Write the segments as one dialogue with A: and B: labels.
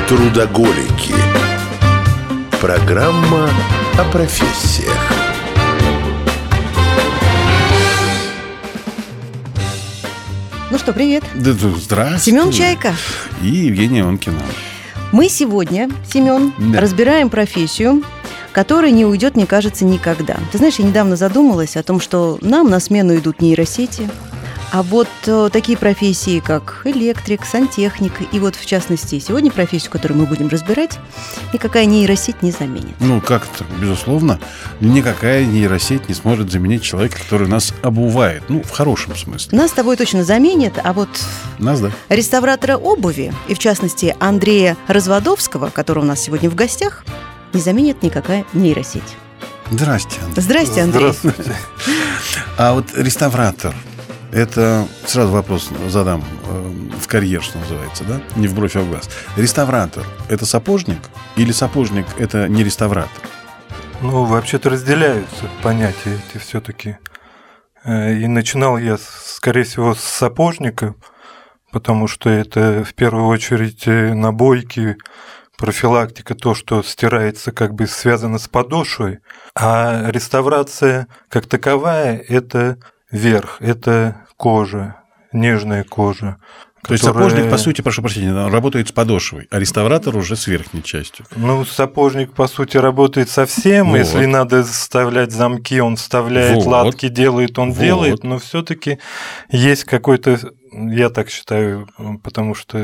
A: Трудоголики. Программа о профессиях.
B: Ну что, привет.
C: Да, здравствуй.
B: Семен Чайка.
C: И Евгения Онкина.
B: Мы сегодня, Семен, разбираем профессию, которая не уйдет, мне кажется, никогда. Ты знаешь, я недавно задумалась о том, что нам на смену идут нейросети, а вот такие профессии, как электрик, сантехник, и вот, в частности, сегодня профессию, которую мы будем разбирать, никакая нейросеть не заменит.
C: Ну, как-то, безусловно, никакая нейросеть не сможет заменить человека, который нас обувает. Ну, в хорошем смысле.
B: Нас с тобой точно заменит, а вот
C: Нас, да.
B: реставратора обуви, и, в частности, Андрея Разводовского, который у нас сегодня в гостях, не заменит никакая нейросеть.
C: Здрасте, Андрей.
B: Здрасте, Андрей.
D: Здравствуйте.
C: А вот реставратор, это сразу вопрос задам в карьер, что называется, да? Не в бровь, а в глаз. Реставратор – это сапожник или сапожник – это не реставратор?
D: Ну, вообще-то разделяются понятия эти все-таки. И начинал я, скорее всего, с сапожника, потому что это в первую очередь набойки, профилактика, то, что стирается, как бы связано с подошвой, а реставрация как таковая – это верх, это кожа, нежная кожа.
C: То есть сапожник, по сути, прошу прощения, работает с подошвой, а реставратор уже с верхней частью.
D: Ну, сапожник, по сути, работает со всем.
C: Вот.
D: Если надо вставлять замки, он вставляет,
C: Вот.
D: латки делает, он
C: Вот.
D: делает, но все-таки есть какой-то, я так считаю, потому что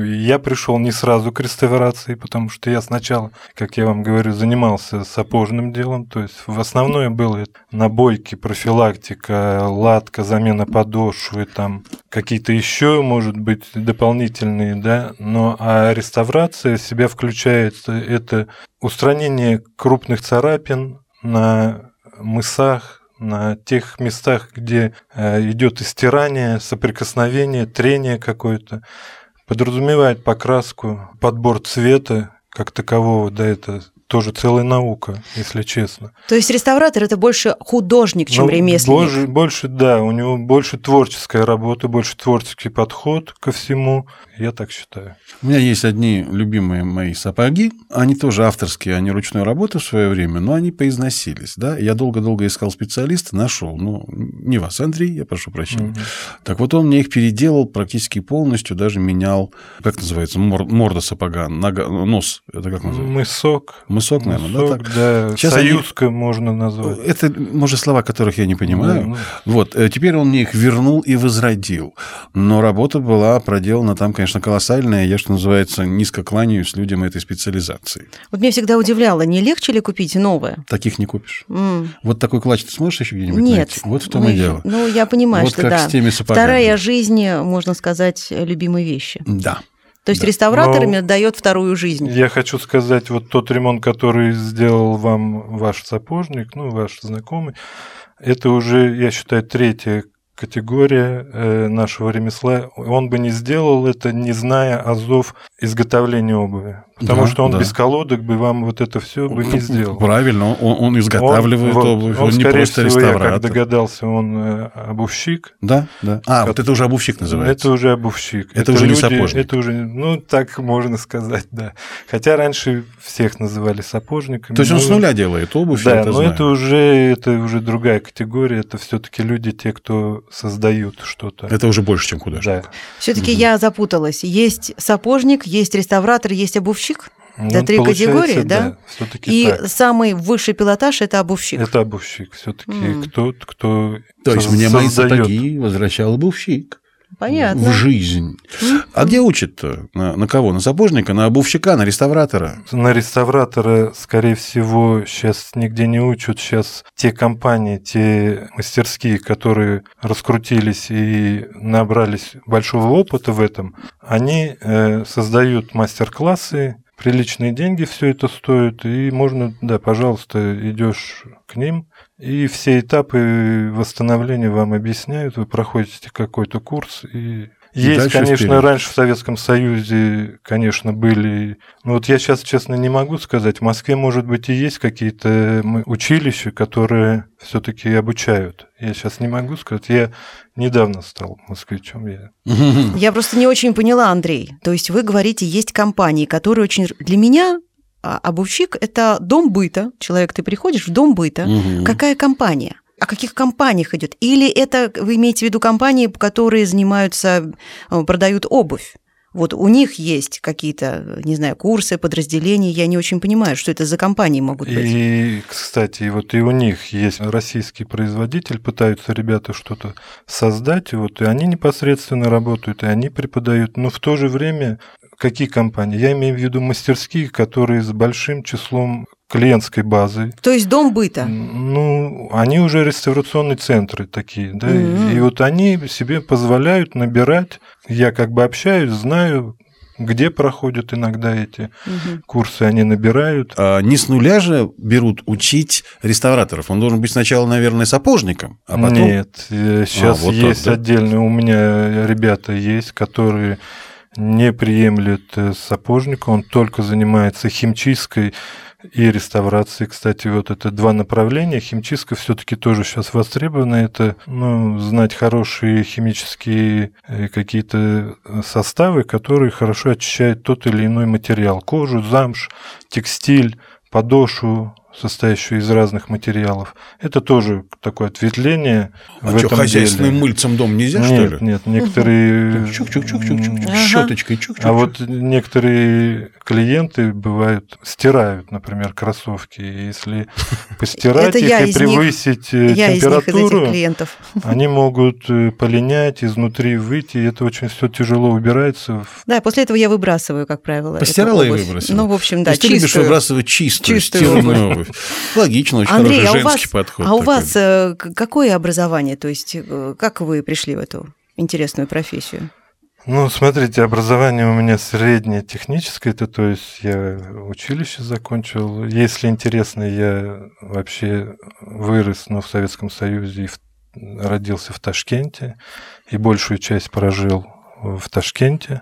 D: я пришел не сразу к реставрации, потому что я сначала, как я вам говорю, занимался сапожным делом, то есть в основное было набойки, профилактика, латка, замена подошвы, там какие-то еще, может быть, дополнительные, да, а реставрация в себя включает это устранение крупных царапин на мысах, на тех местах, где идет истирание, соприкосновение, трение какое-то, подразумевает покраску, подбор цвета как такового, да, это тоже целая наука, если честно.
B: То есть реставратор – это больше художник, чем ремесленник?
D: Больше, да, у него больше творческая работа, больше творческий подход ко всему, я так считаю.
C: У меня есть одни любимые мои сапоги, они тоже авторские, они ручной работы в свое время, но они поизносились, да, я долго-долго искал специалиста, нашел, не вас, Андрей, я прошу прощения. Так вот он мне их переделал практически полностью, даже менял, как называется, морда сапога, нос, это как называется? Мысок, наверное, да? Так?
D: Да,
C: сейчас
D: союзка можно назвать.
C: Это, может, слова, которых я не понимаю. Вот, теперь он мне их вернул и возродил. Но работа была проделана там, конечно, колоссальная. Я, что называется, низко кланяюсь людям этой специализации.
B: Вот меня всегда удивляло, не легче ли купить новое?
C: Таких не купишь. Вот такой клатч ты сможешь еще где-нибудь
B: Нет.
C: найти? Вот в том и дело.
B: Ну, я понимаю,
C: вот
B: что
C: как
B: да.
C: с теми сапогами.
B: Вторая жизнь, можно сказать, любимой вещи.
C: Да.
B: То есть реставратор им дает вторую жизнь.
D: Я хочу сказать, вот тот ремонт, который сделал вам ваш сапожник, ваш знакомый, это уже, я считаю, третья категория нашего ремесла. Он бы не сделал это, не зная азов изготовления обуви. Потому что он без колодок бы вам вот это все бы не сделал.
C: Правильно, он изготавливает обувь, он не просто реставратор.
D: Я как догадался, он обувщик.
C: Да. Вот это уже обувщик называется.
D: Это уже обувщик.
C: Это уже не сапожник.
D: Это уже, так можно сказать, да. Хотя раньше всех называли сапожниками.
C: То есть он с нуля делает обувь,
D: да,
C: я это знаю.
D: Это уже другая категория. Это все-таки люди, те, кто создают что-то.
C: Это уже больше, чем художник.
D: Да.
B: Все-таки я запуталась. Есть сапожник, есть реставратор, есть обувщик. Это три категории, да? И
D: так.
B: Самый высший пилотаж – это обувщик.
D: Это обувщик. Все-таки кто
C: То есть мне мои сапоги возвращал обувщик.
B: Понятно.
C: В жизнь. А где учат-то? На кого? На сапожника, на обувщика, на реставратора?
D: На реставратора, скорее всего, сейчас нигде не учат. Сейчас те компании, те мастерские, которые раскрутились и набрались большого опыта в этом, они создают мастер-классы, приличные деньги все это стоит, и можно, пожалуйста, идешь к ним, и все этапы восстановления вам объясняют, вы проходите какой-то курс, и Есть, конечно, раньше в Советском Союзе, конечно, были... Ну, вот я сейчас, честно, не могу сказать. В Москве, может быть, и есть какие-то училища, которые все-таки обучают. Я сейчас не могу сказать. Я недавно стал москвичом.
B: Я просто не очень поняла, Андрей. То есть вы говорите, есть компании, которые очень... Для меня обувщик – это дом быта. Человек, ты приходишь в дом быта. Какая компания? О каких компаниях идет? Или это вы имеете в виду компании, которые занимаются, продают обувь? Вот у них есть какие-то, не знаю, курсы, подразделения. Я не очень понимаю, что это за компании могут быть.
D: И, кстати, вот и у них есть российский производитель, пытаются ребята что-то создать, вот, и они непосредственно работают, и они преподают. Но в то же время какие компании? Я имею в виду мастерские, которые с большим числом клиентской базы.
B: То есть дом быта?
D: Ну, они уже реставрационные центры такие, да, и вот они себе позволяют набирать, я как бы общаюсь, знаю, где проходят иногда эти курсы, они набирают.
C: Не с нуля же берут учить реставраторов? Он должен быть сначала, наверное, сапожником, а потом...
D: Нет, сейчас вот есть так, да? Отдельно, у меня ребята есть, которые не приемлют сапожника, он только занимается химчисткой и реставрацией. Кстати, вот это два направления. Химчистка все-таки тоже сейчас востребована. Это знать хорошие химические какие-то составы, которые хорошо очищают тот или иной материал. Кожу, замш, текстиль, подошву, состоящую из разных материалов. Это тоже такое ответвление.
C: А что, хозяйственным мыльцем дом нельзя, что ли?
D: Нет, некоторые...
C: Щеточкой,
D: А вот некоторые клиенты бывают, стирают, например, кроссовки. Если постирать их и превысить температуру, они могут полинять, изнутри выйти, и это очень все тяжело убирается.
B: Да, после этого я выбрасываю, как правило.
C: Постирала и выбросила.
B: Ну, в общем, да,
C: чистую. Ты любишь выбрасывать чистую обувь. Логично, очень
B: Андрей,
C: хороший женский подход.
B: А у вас какое образование? То есть как вы пришли в эту интересную профессию?
D: Ну, смотрите, образование у меня среднее техническое, то есть я училище закончил. Если интересно, я вообще вырос в Советском Союзе и родился в Ташкенте, и большую часть прожил в Ташкенте.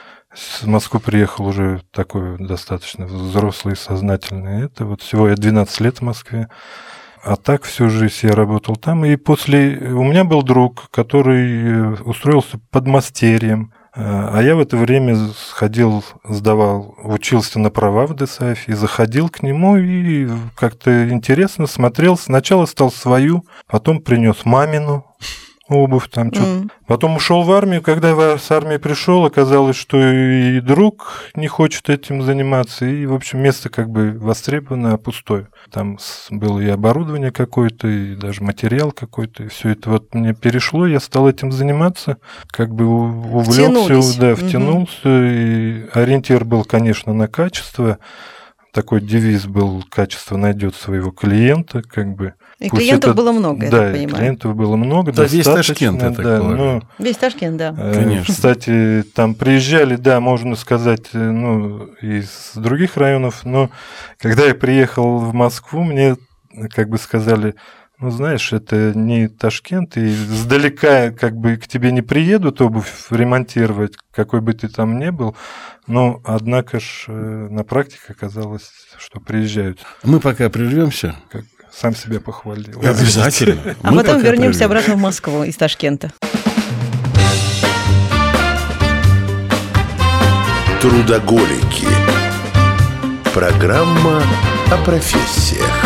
D: В Москву приехал уже такой достаточно взрослый, сознательный. Это вот всего я 12 лет в Москве. А так всю жизнь я работал там. И у меня был друг, который устроился подмастерьем. А я в это время учился на права в ДСАФ и заходил к нему и как-то интересно смотрел. Сначала стал свою, потом принес мамину обувь, там что-то. Потом ушел в армию. Когда я с армии пришел, оказалось, что и друг не хочет этим заниматься. И, в общем, место как бы востребовано, а пустое. Там было и оборудование какое-то, и даже материал какой-то. И все это вот мне перешло, я стал этим заниматься. Как бы увлекся, втянулся. И ориентир был, конечно, на качество. Такой девиз был: качество найдет своего клиента, как бы.
B: И клиентов было много, я так понимаю.
D: Да, клиентов было много,
C: да, весь Ташкент, я так полагаю.
B: Весь Ташкент, да.
C: Конечно.
D: Кстати, там приезжали, да, можно сказать, из других районов, но когда я приехал в Москву, мне как бы сказали: знаешь, это не Ташкент, и сдалека как бы к тебе не приедут обувь ремонтировать, какой бы ты там ни был, но, однако ж, на практике оказалось, что приезжают.
C: Мы пока прервемся.
D: Сам себя похвалил.
C: Обязательно.
B: А потом вернемся обратно в Москву из Ташкента.
A: Трудоголики. Программа о профессиях.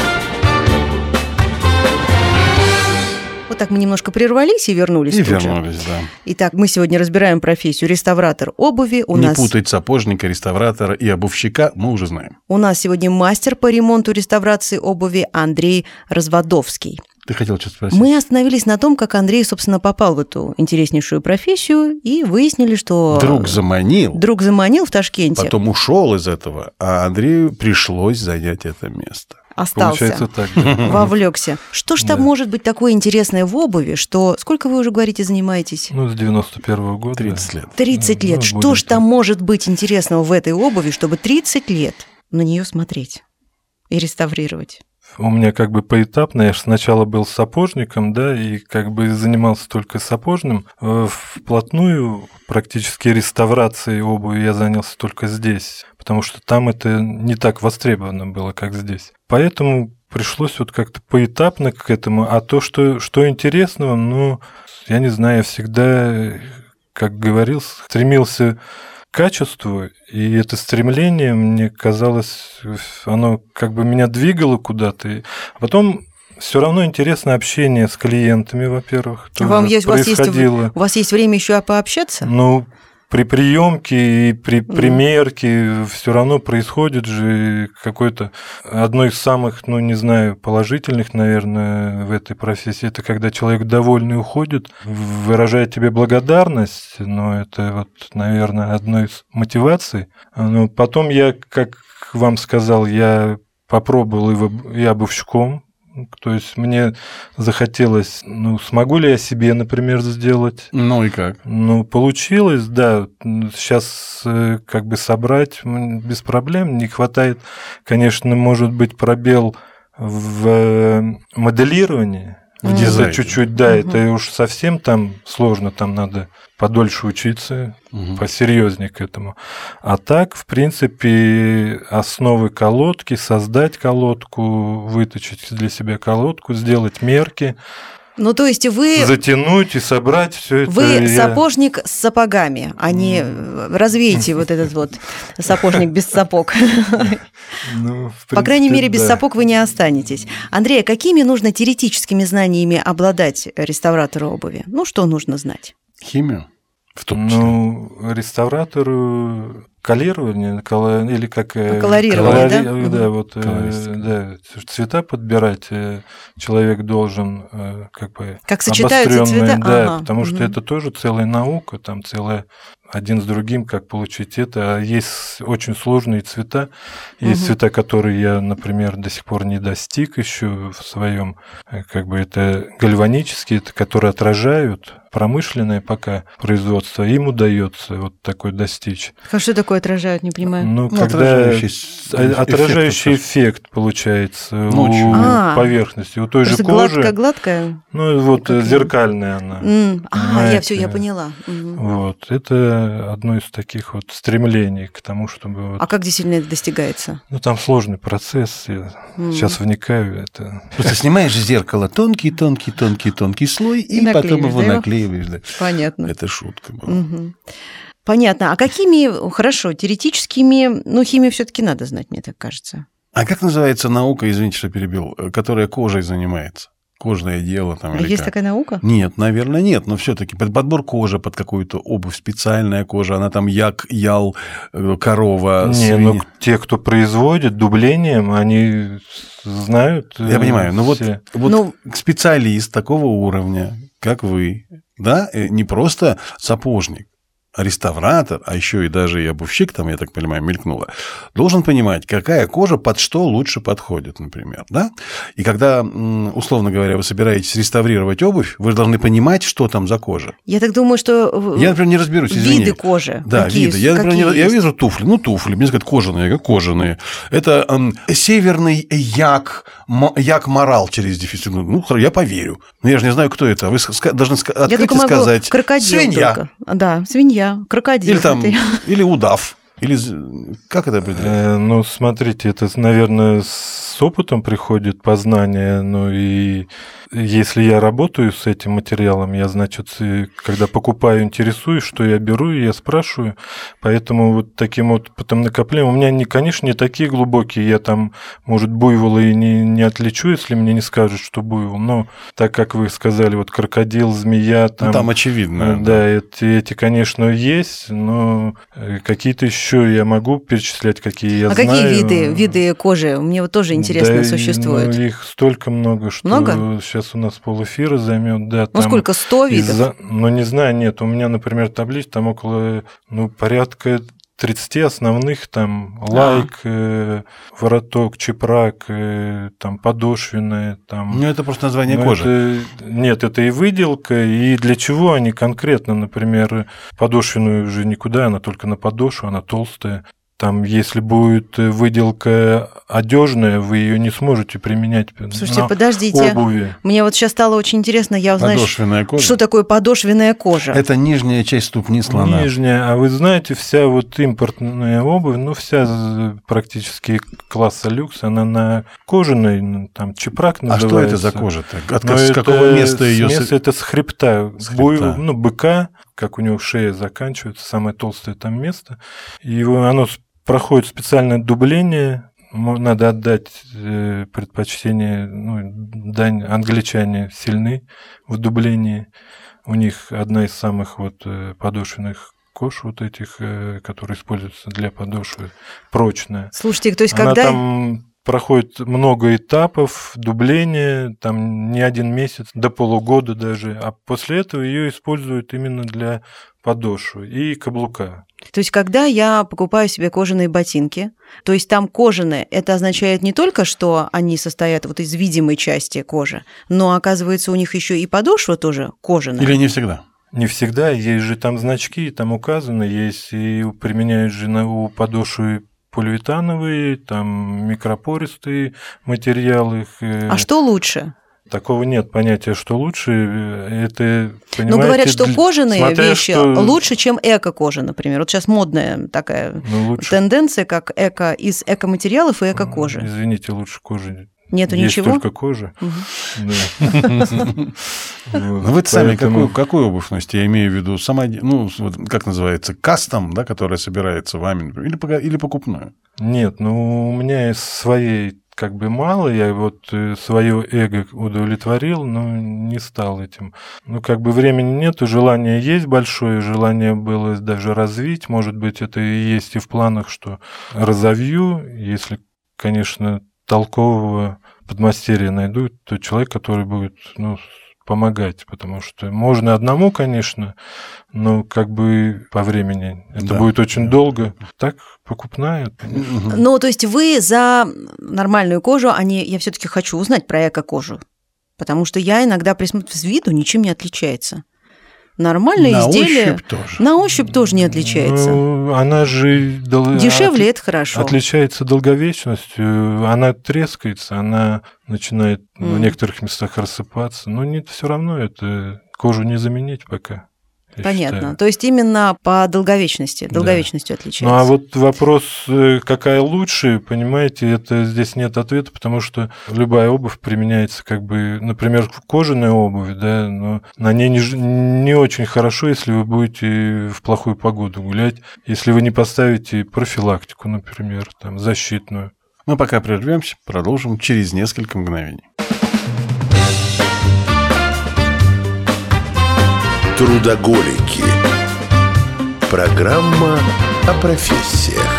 B: Вот так мы немножко прервались и вернулись.
C: Да.
B: Итак, мы сегодня разбираем профессию реставратор обуви.
C: Не путать сапожника, реставратора и обувщика, мы уже знаем.
B: У нас сегодня мастер по ремонту реставрации обуви Андрей Разводовский.
C: Ты хотел что-то спросить?
B: Мы остановились на том, как Андрей, собственно, попал в эту интереснейшую профессию, и выяснили, что...
C: Друг заманил
B: в Ташкенте.
C: Потом ушел из этого, а Андрею пришлось занять это место.
B: Остался,
D: так,
B: вовлекся. Что ж там может быть такое интересное в обуви, что... Сколько вы уже, говорите, занимаетесь?
D: С 91-го года.
C: 30 лет.
B: 30 лет. Что ж там может быть интересного в этой обуви, чтобы 30 лет на нее смотреть и реставрировать?
D: у меня как бы поэтапно. Я же сначала был сапожником, да, и как бы занимался только сапожным. Вплотную практически реставрацией обуви я занялся только здесь, потому что там это не так востребовано было, как здесь. Поэтому пришлось вот как-то поэтапно к этому. А то, что интересного, ну, я не знаю, я всегда, как говорил, стремился к качеству, и это стремление, мне казалось, оно как бы меня двигало куда-то. А потом все равно интересно общение с клиентами, во-первых.
B: У вас есть время еще пообщаться?
D: Ну, при приемке и при примерке все равно происходит же какое-то одно из самых, ну, не знаю, положительных, наверное, в этой профессии. Это когда человек довольный уходит, выражает тебе благодарность, но это вот, наверное, одно из мотиваций. Но потом я, как вам сказал, я попробовал и обувщиком. То есть мне захотелось, ну, смогу ли я себе, например, сделать?
C: Ну и как?
D: Ну, получилось, да. Сейчас как бы собрать без проблем. Не хватает, конечно, может быть, пробел в моделировании. Где-то чуть-чуть, да, это уж совсем там сложно, там надо подольше учиться, посерьезнее к этому. А так, в принципе, основы колодки, создать колодку, выточить для себя колодку, сделать мерки.
B: Ну, то есть вы...
D: Затянуть и собрать все это.
B: Вы сапожник с сапогами, а не развеете вот этот вот сапожник без сапог. По крайней мере, без сапог вы не останетесь. Андрей, а какими нужно теоретическими знаниями обладать реставратору обуви? Ну, что нужно знать?
C: Химию, в том числе.
D: Ну, реставратору колорирование или как...
B: Колорирование,
D: да? Да, вот, да, цвета подбирать человек должен как бы...
B: Как сочетаются цвета?
D: Да, потому что это тоже целая наука, там целая один с другим, как получить это. А есть очень сложные цвета. Есть цвета, которые я, например, до сих пор не достиг еще в своем, как бы это гальванические, это которые отражают промышленное пока производство, им удается вот такой достичь.
B: А что такое отражают, не понимаю?
D: Ну, когда отражающий эффект получается у поверхности, у той же кожи.
B: Гладкая?
D: Ну, вот зеркальная она.
B: Я поняла.
D: Вот, это одно из таких вот стремлений к тому, чтобы...
B: А как действительно это достигается?
D: Ну, там сложный процесс, я сейчас вникаю. Это...
C: Просто снимаешь зеркало, тонкий слой, и потом его наклеиваешь. Да.
B: Понятно.
C: Это шутка была.
B: Понятно. А какими, хорошо, теоретическими, ну, химию все-таки надо знать, мне так кажется.
C: А как называется наука, извините, что перебил, которая кожей занимается? Кожное дело там.
B: Есть такая наука?
C: Нет, наверное, нет, но все-таки подбор кожи под какую-то обувь, специальная кожа, она там ял, корова, свинья.
D: Ну, те, кто производит дублением, они знают.
C: Я понимаю, но вот специалист такого уровня, как вы, да, не просто сапожник, реставратор, а еще и даже и обувщик, там, я так понимаю, мелькнуло, должен понимать, какая кожа под что лучше подходит, например, да? И когда, условно говоря, вы собираетесь реставрировать обувь, вы должны понимать, что там за кожа.
B: Я так думаю, что...
C: Я, например, не разберусь, извините.
B: Виды кожи.
C: Да, виды. Я, например, я вижу туфли. Ну, туфли, мне сказать, кожаные. Это северный як-морал через дефис. Ну, я поверю. Но я же не знаю, кто это. Вы должны открыть и сказать...
B: Крокодил
C: свинья.
B: Только. Да, свинья. Крокодил.
C: Или удав. Или как это определяется?
D: Ну, смотрите, это, наверное, с опытом приходит познание. Ну, и если я работаю с этим материалом, я, значит, когда покупаю, интересуюсь, что я беру, и я спрашиваю. Поэтому вот таким вот потом накоплением... У меня, конечно, не такие глубокие. Я там, может, буйвола и не отличу, если мне не скажут, что буйвол. Но так как вы сказали, вот крокодил, змея...
C: Там очевидно.
D: Да, эти, конечно, есть, но какие-то еще я могу перечислять, какие я знаю.
B: А какие виды кожи? Мне вот тоже интересно существуют.
D: Ну, их столько много, что сейчас у нас полэфира займет. Да,
B: ну, сколько? 100 видов?
D: Ну, не знаю, нет. У меня, например, таблица, там около, порядка 30 основных, там, лайк, вороток, чепрак, там, подошвенная, там...
C: Ну, это просто название кожи.
D: Нет, это и выделка, и для чего они конкретно, например, подошвенную уже никуда, она только на подошву, она толстая. Там, если будет выделка одежная, вы ее не сможете применять.
B: Слушайте, подождите.
D: Обуви.
B: Мне вот сейчас стало очень интересно, я узнаю, что такое подошвенная кожа.
C: Это нижняя часть ступни слона.
D: Нижняя. А вы знаете, вся вот импортная обувь, ну, вся практически класса люкс, она на кожаной, там, чепрак называется.
C: А что это за кожа-то? С какого места ее...
D: Это с хребта. Быка, как у него шея заканчивается, самое толстое там место. И оно проходит специальное дубление. Надо отдать предпочтение, дань, англичане сильны в дублении. У них одна из самых подошвенных кож вот этих, которые используются для подошвы, прочная.
B: Слушайте, то есть
D: она
B: когда...
D: там проходит много этапов дубления, там не один месяц, до полугода даже, а после этого ее используют именно для подошвы и каблука.
B: То есть, когда я покупаю себе кожаные ботинки, то есть там кожаные, это означает не только, что они состоят вот из видимой части кожи, но, оказывается, у них еще и подошва тоже кожаная.
C: Или не всегда?
D: Не всегда, есть же там значки, там указано, есть и применяют же у подошвы полиуретановые, там микропористые материалы.
B: А что лучше?
D: Такого нет понятия, что лучше. Это, понимаете,
B: но говорят, что кожаные вещи лучше, чем эко-кожа, например. Вот сейчас модная такая тенденция, как эко из эко-материалов и эко-кожи.
D: Извините, лучше кожи.
B: Нету
D: есть
B: ничего?
D: Только кожа.
C: Вы сами какую обувь носите? Я имею в виду, как называется, кастом, да, которая собирается вами, или покупную?
D: Нет, у меня своей как бы мало, я свое эго удовлетворил, но не стал этим. Времени нету, желание есть большое, желание было даже развить, может быть, это и есть и в планах, что разовью, если, конечно, толкового подмастерья найду, то человек, который будет помогать, потому что можно одному, конечно, но по времени это будет очень долго. Так, покупная.
B: Ну, то есть вы за нормальную кожу, я все-таки хочу узнать про эко-кожу, потому что я иногда присмотрю, с виду ничем не отличается. Нормальное изделие. На ощупь тоже не отличается.
D: Она же...
B: Дешевле, это хорошо.
D: Отличается долговечностью. Она трескается, она начинает в некоторых местах рассыпаться. Но нет, все равно это кожу не заменить пока.
B: Понятно. То есть именно по долговечностью отличается.
D: Ну, а вот вопрос, какая лучше, понимаете, это здесь нет ответа, потому что любая обувь применяется например, кожаная обувь, да, но на ней не очень хорошо, если вы будете в плохую погоду гулять, если вы не поставите профилактику, например, там, защитную.
C: Мы пока прервемся, продолжим через несколько мгновений.
A: Трудоголики. Программа о профессиях.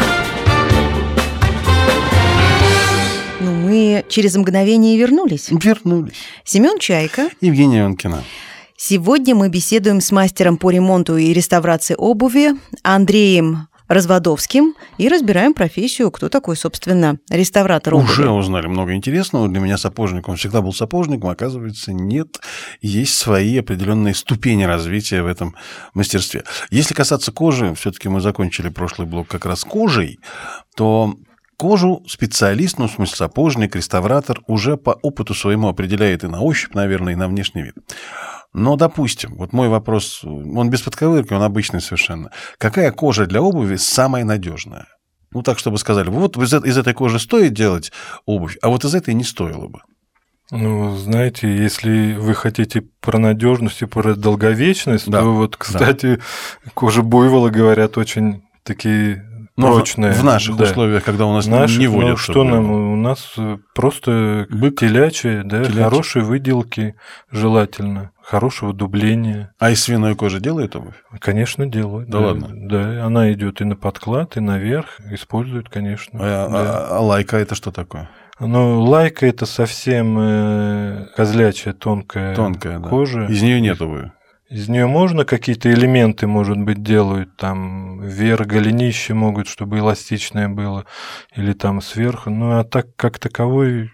B: Мы через мгновение вернулись. Семен Чайка.
C: Евгения Ионкина.
B: Сегодня мы беседуем с мастером по ремонту и реставрации обуви Андреем Разводовским и разбираем профессию, кто такой, собственно, реставратор обуви.
C: Уже узнали много интересного. Для меня сапожник, он всегда был сапожником, оказывается, нет. Есть свои определенные ступени развития в этом мастерстве. Если касаться кожи, все-таки мы закончили прошлый блок как раз кожей, то кожу специалист, в смысле сапожник, реставратор, уже по опыту своему определяет и на ощупь, наверное, и на внешний вид. Но, допустим, мой вопрос, он без подковырки, он обычный совершенно. Какая кожа для обуви самая надежная? Так, чтобы сказали, из этой кожи стоит делать обувь, а из этой не стоило бы.
D: Знаете, если вы хотите про надежность и про долговечность, то кстати, кожа буйвола, говорят, очень такие... прочная.
C: В наших условиях, когда у нас не водят.
D: Что нам? У нас просто телячья, хорошие выделки желательно, хорошего дубления.
C: А из свиной кожи делают обувь?
D: Конечно, делают.
C: Да ладно?
D: Да, она идет и на подклад, и наверх, используют, конечно.
C: А лайка это что такое?
D: Лайка это совсем козлячья тонкая кожа.
C: Из нее нет обуви.
D: Из нее можно какие-то элементы, может быть, делают, там вверх голенище могут, чтобы эластичное было, или там сверху. А так как таковой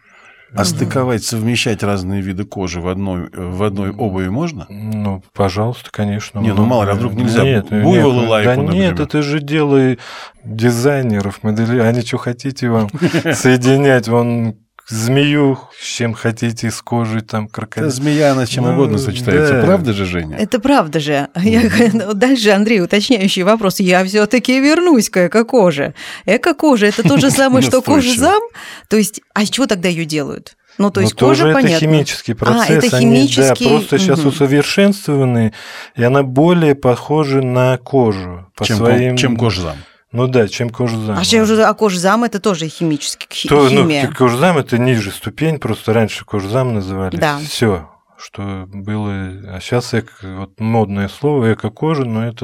C: А стыковать, совмещать разные виды кожи в одной обуви можно?
D: Ну, пожалуйста, конечно.
C: Не, ну мало ли, а вдруг нельзя буйвол и лайку,
D: да
C: например.
D: нет, это же дело дизайнеров, моделей. Они что хотите вам соединять, вон змею, с чем хотите, из кожи, там, крокодил.
C: Да, змея, она с чем угодно сочетается.
D: Да.
C: Правда же, Женя?
B: Это правда же. Дальше, Андрей, уточняющий вопрос. Я все-таки вернусь к эко-коже. Эко-кожа – это то же самое, что кожзам? То есть, а из чего тогда ее делают? Ну, то есть кожа,
D: тоже
B: понятно.
D: Это химический процесс.
B: Это химический...
D: Они, да, просто сейчас усовершенствованы, и она более похожа на кожу.
C: Чем кожзам.
D: Ну да, чем кожзам.
B: А кожзам – это тоже химический, химия.
D: Ну, кожзам – это ниже ступень, просто раньше кожзам называли.
B: Да.
D: Все, что было. А сейчас вот модное слово эко-кожа, но это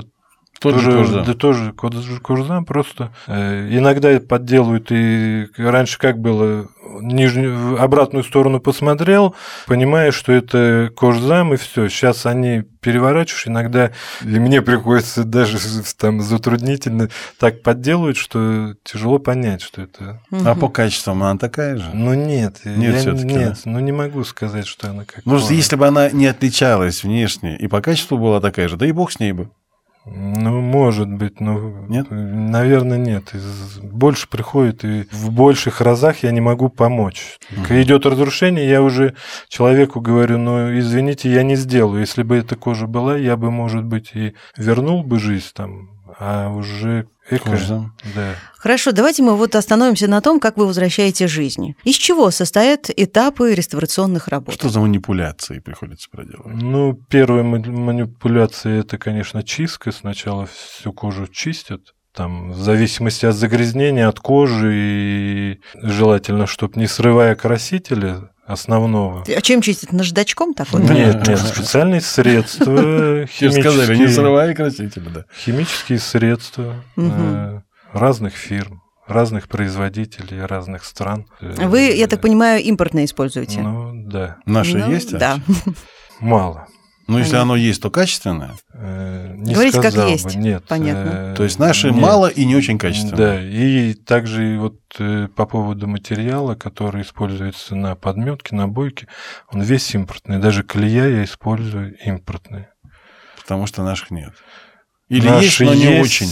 D: тоже кожзам, просто иногда подделывают, и раньше как было, в обратную сторону посмотрел, понимаешь, что это кожзам, и все. Сейчас они переворачиваешь, иногда, и мне приходится даже там затруднительно так подделывать, что тяжело понять, что это.
C: А по качествам она такая же?
D: Ну нет,
C: нет,
D: ну не могу сказать, что она как.
C: Может, если бы она не отличалась внешне и по качеству была такая же, да и бог с ней бы.
D: Ну, может быть, но
C: нет?
D: Наверное, нет. Больше приходит, и в больших разах я не могу помочь. Идет разрушение, я уже человеку говорю, ну, извините, я не сделаю. Если бы эта кожа была, я бы, может быть, и вернул бы жизнь там, а уже да.
B: Хорошо, давайте мы вот остановимся на том, как вы возвращаете жизнь. Из чего состоят этапы реставрационных работ?
C: Что за манипуляции приходится проделывать?
D: Ну, первая манипуляция – это, конечно, чистка. Сначала всю кожу чистят. Там, в зависимости от загрязнения, от кожи, и желательно, чтобы не срывая красителя основного.
B: А чем чистят? Наждачком такой?
D: Нет, специальные средства химические.
C: Сказали, не срывая красителя, да.
D: Химические средства разных фирм, разных производителей, разных стран.
B: Вы, я так понимаю, импортные используете?
D: Ну, да.
C: Наши есть?
B: Да.
D: Мало.
C: Ну, если оно есть, то качественное?
D: Не
B: говорите,
D: сказал
B: как
D: бы,
B: есть.
D: Нет.
B: Понятно.
C: То есть наши мало и не очень качественные.
D: Да, и также вот по поводу материала, который используется на подметке, на бойке, он весь импортный. Даже клея я использую импортные.
C: Потому что наших нет. Или
D: наши
C: есть, но не очень.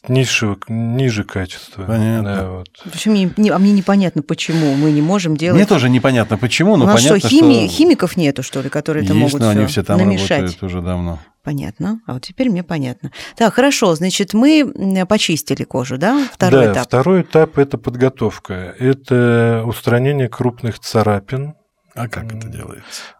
D: Ниже качества.
C: Понятно.
D: Да, вот.
B: Причем мне непонятно, почему мы не можем делать.
C: Мне тоже непонятно, почему, но
B: у нас
C: понятно,
B: что, химиков нету, что ли, которые это могут
C: но они все там
B: намешать?
C: Работают уже давно.
B: Понятно. А вот теперь мне понятно. Так, хорошо, значит, мы почистили кожу, да? Второй этап.
D: Второй этап – это подготовка. Это устранение крупных царапин.
C: А как это делается?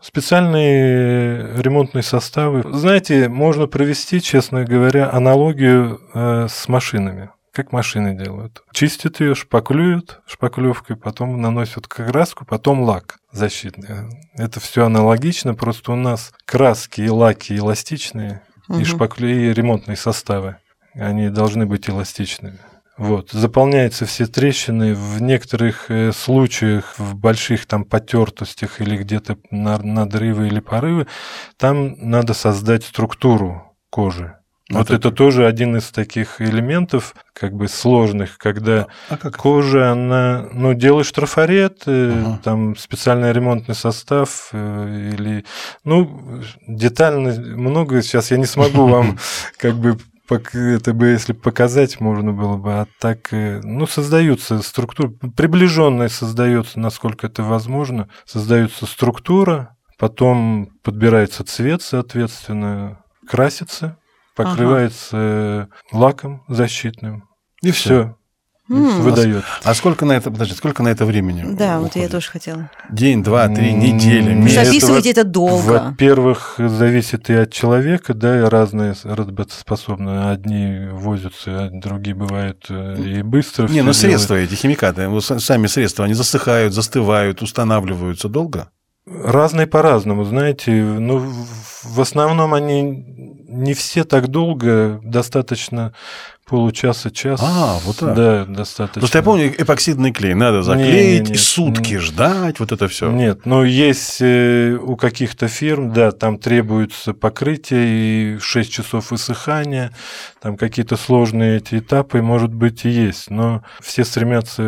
D: Специальные ремонтные составы. Знаете, можно провести, честно говоря, аналогию с машинами. Как машины делают. Чистят ее, шпаклюют шпаклевкой, потом наносят краску, потом лак защитный. Это все аналогично, просто у нас краски и лаки эластичные, и и ремонтные составы. Они должны быть эластичными. Вот. Заполняются все трещины, в некоторых случаях, в больших там потертостях или где-то надрывы или порывы, там надо создать структуру кожи. Вот это тоже один из таких элементов, как бы сложных, когда кожа, она, ну, делаешь трафарет, там специальный ремонтный состав, или, ну, детально много, сейчас я не смогу вам как бы это бы, если показать, можно было бы, а так, ну, создаются структуры, приближенная создается, насколько это возможно, создается структура, потом подбирается цвет, соответственно, красится, покрывается лаком защитным, и все. Выдает.
C: А сколько на это времени?
B: Да,
C: уходит?
B: Вот я тоже хотела.
C: День, 2, 3, неделя.
B: Записывать это долго.
D: Во-первых, зависит и от человека, да, и разные работоспособные. Одни возятся, а другие бывают и быстро.
C: Не, ну средства эти, химикаты, сами средства, они засыхают, застывают, устанавливаются долго?
D: Разные по-разному, знаете. Ну, в основном они не все так долго, достаточно получаса, час.
C: Вот так.
D: Да, достаточно.
C: Просто я помню, эпоксидный клей надо заклеить, и сутки ждать, вот это все.
D: Нет, но есть у каких-то фирм, да, там требуется покрытие и 6 часов высыхания, там какие-то сложные эти этапы, может быть, и есть, но все стремятся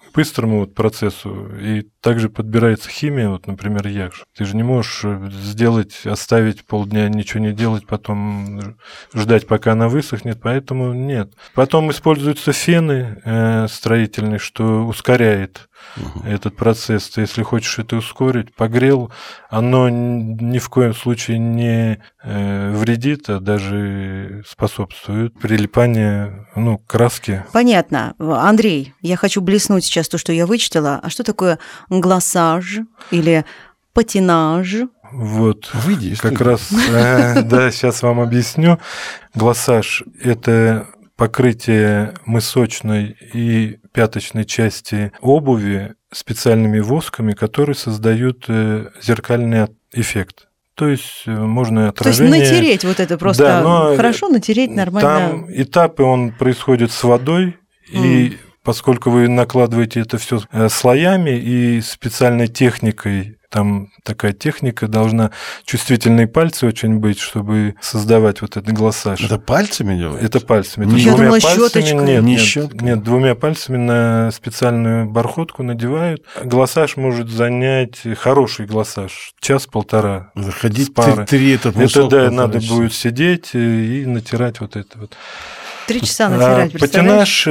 D: быстрому вот процессу, и также подбирается химия, вот, например, якш. Ты же не можешь оставить полдня, ничего не делать, потом ждать, пока она высохнет, поэтому нет. Потом используются фены строительные, что ускоряет этот процесс. Ты, если хочешь это ускорить, погрел, оно ни в коем случае не вредит, а даже способствует прилипанию краски.
B: Понятно. Андрей, я хочу блеснуть сейчас то, что я вычитала. А что такое глассаж или патинаж?
D: Вот,
C: Выйди,
D: как раз, да, сейчас вам объясню. Глассаж – это покрытие мысочной и пяточной части обуви специальными восками, которые создают зеркальный эффект. То есть можно отражение...
B: То есть натереть вот это просто, да, хорошо натереть нормально.
D: Там этапы, он происходит с водой, и поскольку вы накладываете это все слоями и специальной техникой, там такая техника должна, чувствительные пальцы очень быть, чтобы создавать вот этот глассаж.
C: Это пальцами делается?
D: Это пальцами.
C: Это
B: я думала,
C: щеточкой.
D: Нет, двумя пальцами на специальную бархотку надевают. Глассаж может занять, хороший глассаж, час-полтора.
C: Заходить,
D: пары.
C: этот мусор.
D: Это, да, надо будет сидеть и натирать вот это вот.
B: 3 часа натирать,
D: патинаж –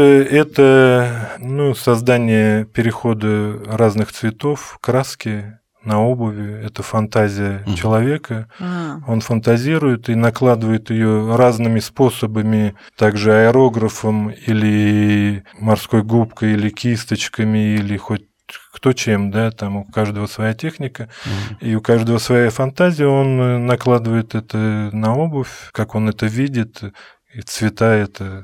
D: это создание перехода разных цветов, краски на обуви. Это фантазия человека. Он фантазирует и накладывает ее разными способами, также аэрографом или морской губкой, или кисточками, или хоть кто чем, да, там у каждого своя техника, и у каждого своя фантазия, он накладывает это на обувь, как он это видит. И цвета это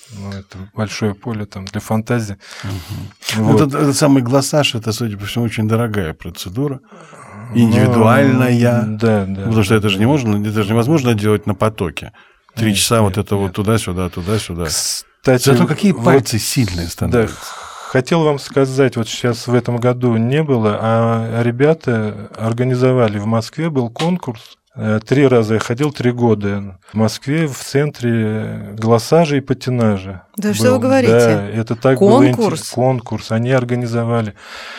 D: большое поле там для фантазии. Вот.
C: Этот самый глассаж, это, судя по всему, очень дорогая процедура, индивидуальная.
D: Да.
C: Потому что это же невозможно делать на потоке. 3 часа вот это вот туда-сюда, туда-сюда.
D: Кстати,
C: зато какие пальцы сильные становятся.
D: Да, хотел вам сказать, вот сейчас в этом году не было, а ребята организовали в Москве, был конкурс. 3 раза я ходил, 3 года в Москве в центре глассажа и патинажа.
B: Да что вы говорите?
D: Да, это так
B: конкурс?
D: Было конкурс, они организовали.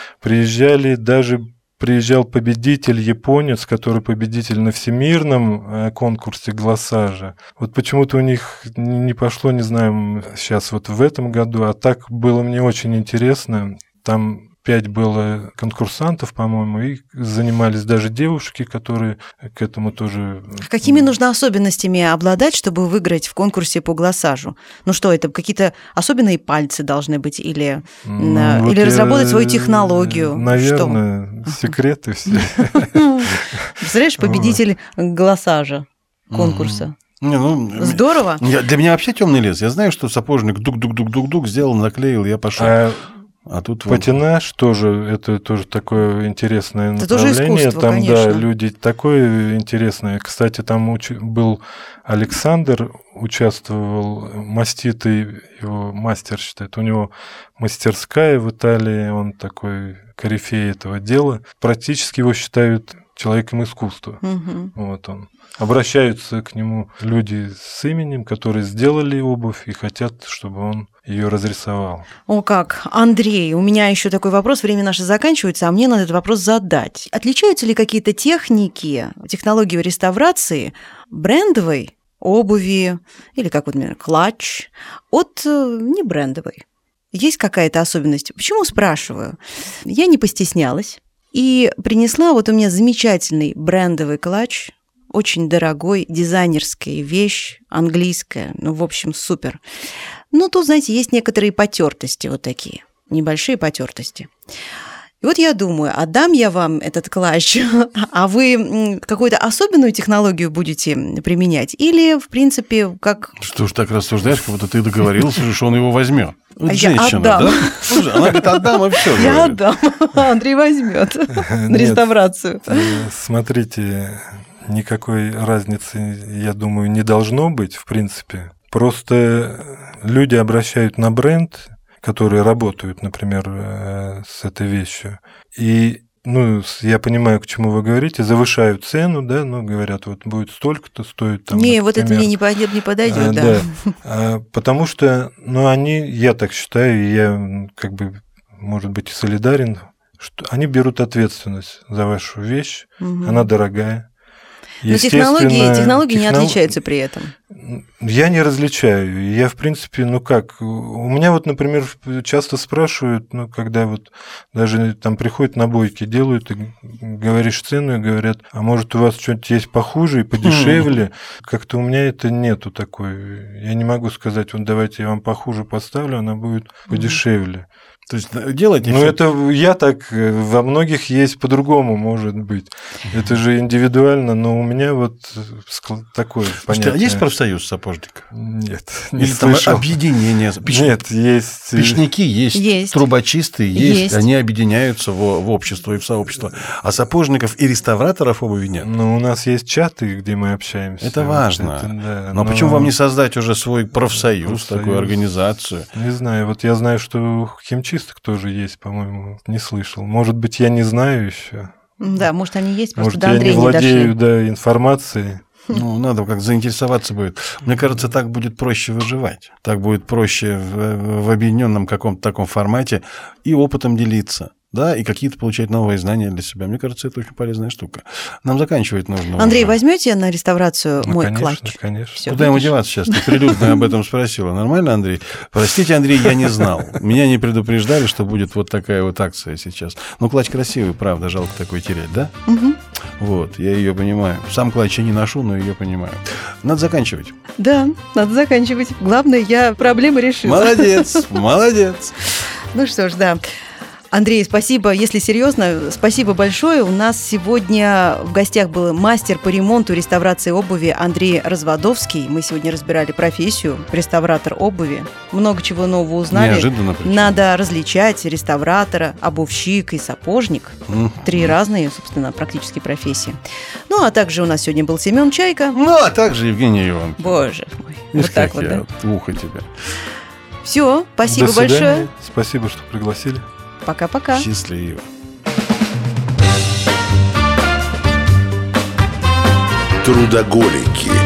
D: Приезжал победитель, японец, который победитель на всемирном конкурсе глассажа. Вот почему-то у них не пошло, не знаю, сейчас вот в этом году, а так было мне очень интересно. Там 5 было конкурсантов, по-моему, и занимались даже девушки, которые к этому тоже...
B: Какими нужно особенностями обладать, чтобы выиграть в конкурсе по глассажу? Ну что, это какие-то особенные пальцы должны быть или разработать свою технологию?
D: Наверное, секреты все.
B: Представляешь, победитель глассажа конкурса. Здорово.
C: Для меня вообще темный лес. Я знаю, что сапожник дук-дук-дук-дук-дук сделал, наклеил, я пошел. А тут патинаж
D: тоже, это тоже такое интересное
B: это
D: направление.
B: Тоже искусство,
D: там,
B: конечно.
D: Да, люди такое интересное. Кстати, там был Александр, участвовал, маститый, его мастер считает. У него мастерская в Италии, он такой корифей этого дела. Практически его считают человеком искусства. Вот он. Обращаются к нему люди с именем, которые сделали обувь и хотят, чтобы он ее разрисовал.
B: О как! Андрей, у меня еще такой вопрос, время наше заканчивается, а мне надо этот вопрос задать. Отличаются ли какие-то техники, технологии реставрации брендовой обуви, или как вот, например, клатч, от небрендовой? Есть какая-то особенность? Почему спрашиваю? Я не постеснялась и принесла вот у меня замечательный брендовый клатч, очень дорогой, дизайнерская вещь, английская, в общем, супер. Но тут, знаете, есть некоторые потертости вот такие, небольшие потертости. И вот я думаю, отдам я вам этот клатч, а вы какую-то особенную технологию будете применять? Или, в принципе, как...
C: Что ж так рассуждаешь, как будто ты договорился, что он его возьмет. Вот
B: женщина,
C: да? Слушай, она говорит, отдам, и все.
B: Я отдам, Андрей возьмет на реставрацию.
D: Смотрите, никакой разницы, я думаю, не должно быть, в принципе. Просто люди обращают на бренд, которые работают, например, с этой вещью. И, я понимаю, к чему вы говорите, завышают цену, да, говорят, вот будет столько-то стоит. Там,
B: не, вот это мне не подойдет, да.
D: Потому что, они, я так считаю, я как бы может быть, и солидарен, что они берут ответственность за вашу вещь, она дорогая.
B: Но технологии не отличаются при этом.
D: Я не различаю. Я, в принципе, у меня вот, например, часто спрашивают, когда вот даже там приходят набойки, делают, и говоришь цену, и говорят, а может, у вас что-нибудь есть похуже и подешевле? Как-то у меня это нету такой. Я не могу сказать, вот давайте я вам похуже поставлю, она будет подешевле.
C: То есть делайте...
D: это я так, во многих есть по-другому, может быть. Это же индивидуально, но у меня вот такое понятие.
C: А есть профсоюз сапожников?
D: Нет, не
C: Или
D: слышал.
C: Там объединение?
D: Нет, есть.
C: Печники есть, трубочисты есть, они объединяются в общество и в сообщество. А сапожников и реставраторов обуви нет?
D: У нас есть чаты, где мы общаемся.
C: Это важно. Но почему вам не создать уже свой профсоюз, такую организацию?
D: Не знаю, вот я знаю, что химчисток тоже есть, по-моему, не слышал. Может быть, я не знаю еще.
B: Да, может, они есть, просто
D: может,
B: до Андрея
D: не владею информацией.
C: Надо как заинтересоваться будет. Мне кажется, так будет проще выживать. Так будет проще в объединенном каком-то таком формате и опытом делиться. Да, и какие-то получать новые знания для себя. Мне кажется, это очень полезная штука. Нам заканчивать нужно.
B: Андрей, возьмете на реставрацию мой клатч?
D: Конечно.
B: Всё,
C: куда ему деваться сейчас? Ты прилюдно об этом спросила. Нормально, Андрей? Простите, Андрей, я не знал. Меня не предупреждали, что будет вот такая вот акция сейчас. Клатч красивый, правда, жалко такой терять, да?
B: Угу.
C: Вот, я ее понимаю. Сам клатч я не ношу, но ее понимаю. Надо заканчивать.
B: Да, надо заканчивать. Главное, я проблемы решила.
C: Молодец, молодец.
B: Ну что ж, да. Андрей, спасибо. Если серьезно, спасибо большое. У нас сегодня в гостях был мастер по ремонту и реставрации обуви Андрей Разводовский. Мы сегодня разбирали профессию реставратор обуви. Много чего нового узнали.
C: Неожиданно. Причем.
B: Надо различать реставратора, обувщик и сапожник. 3 разные, собственно, практически профессии. А также у нас сегодня был Семен Чайка.
C: А также Евгений Иванович.
B: Боже мой.
C: Видишь,
B: вот так
C: как
B: вот,
C: я
B: да.
C: ухо тебя.
B: Все, спасибо
D: До свидания.
B: большое.
D: Спасибо, что пригласили.
B: Пока-пока.
C: Счастливо.
A: Трудоголики.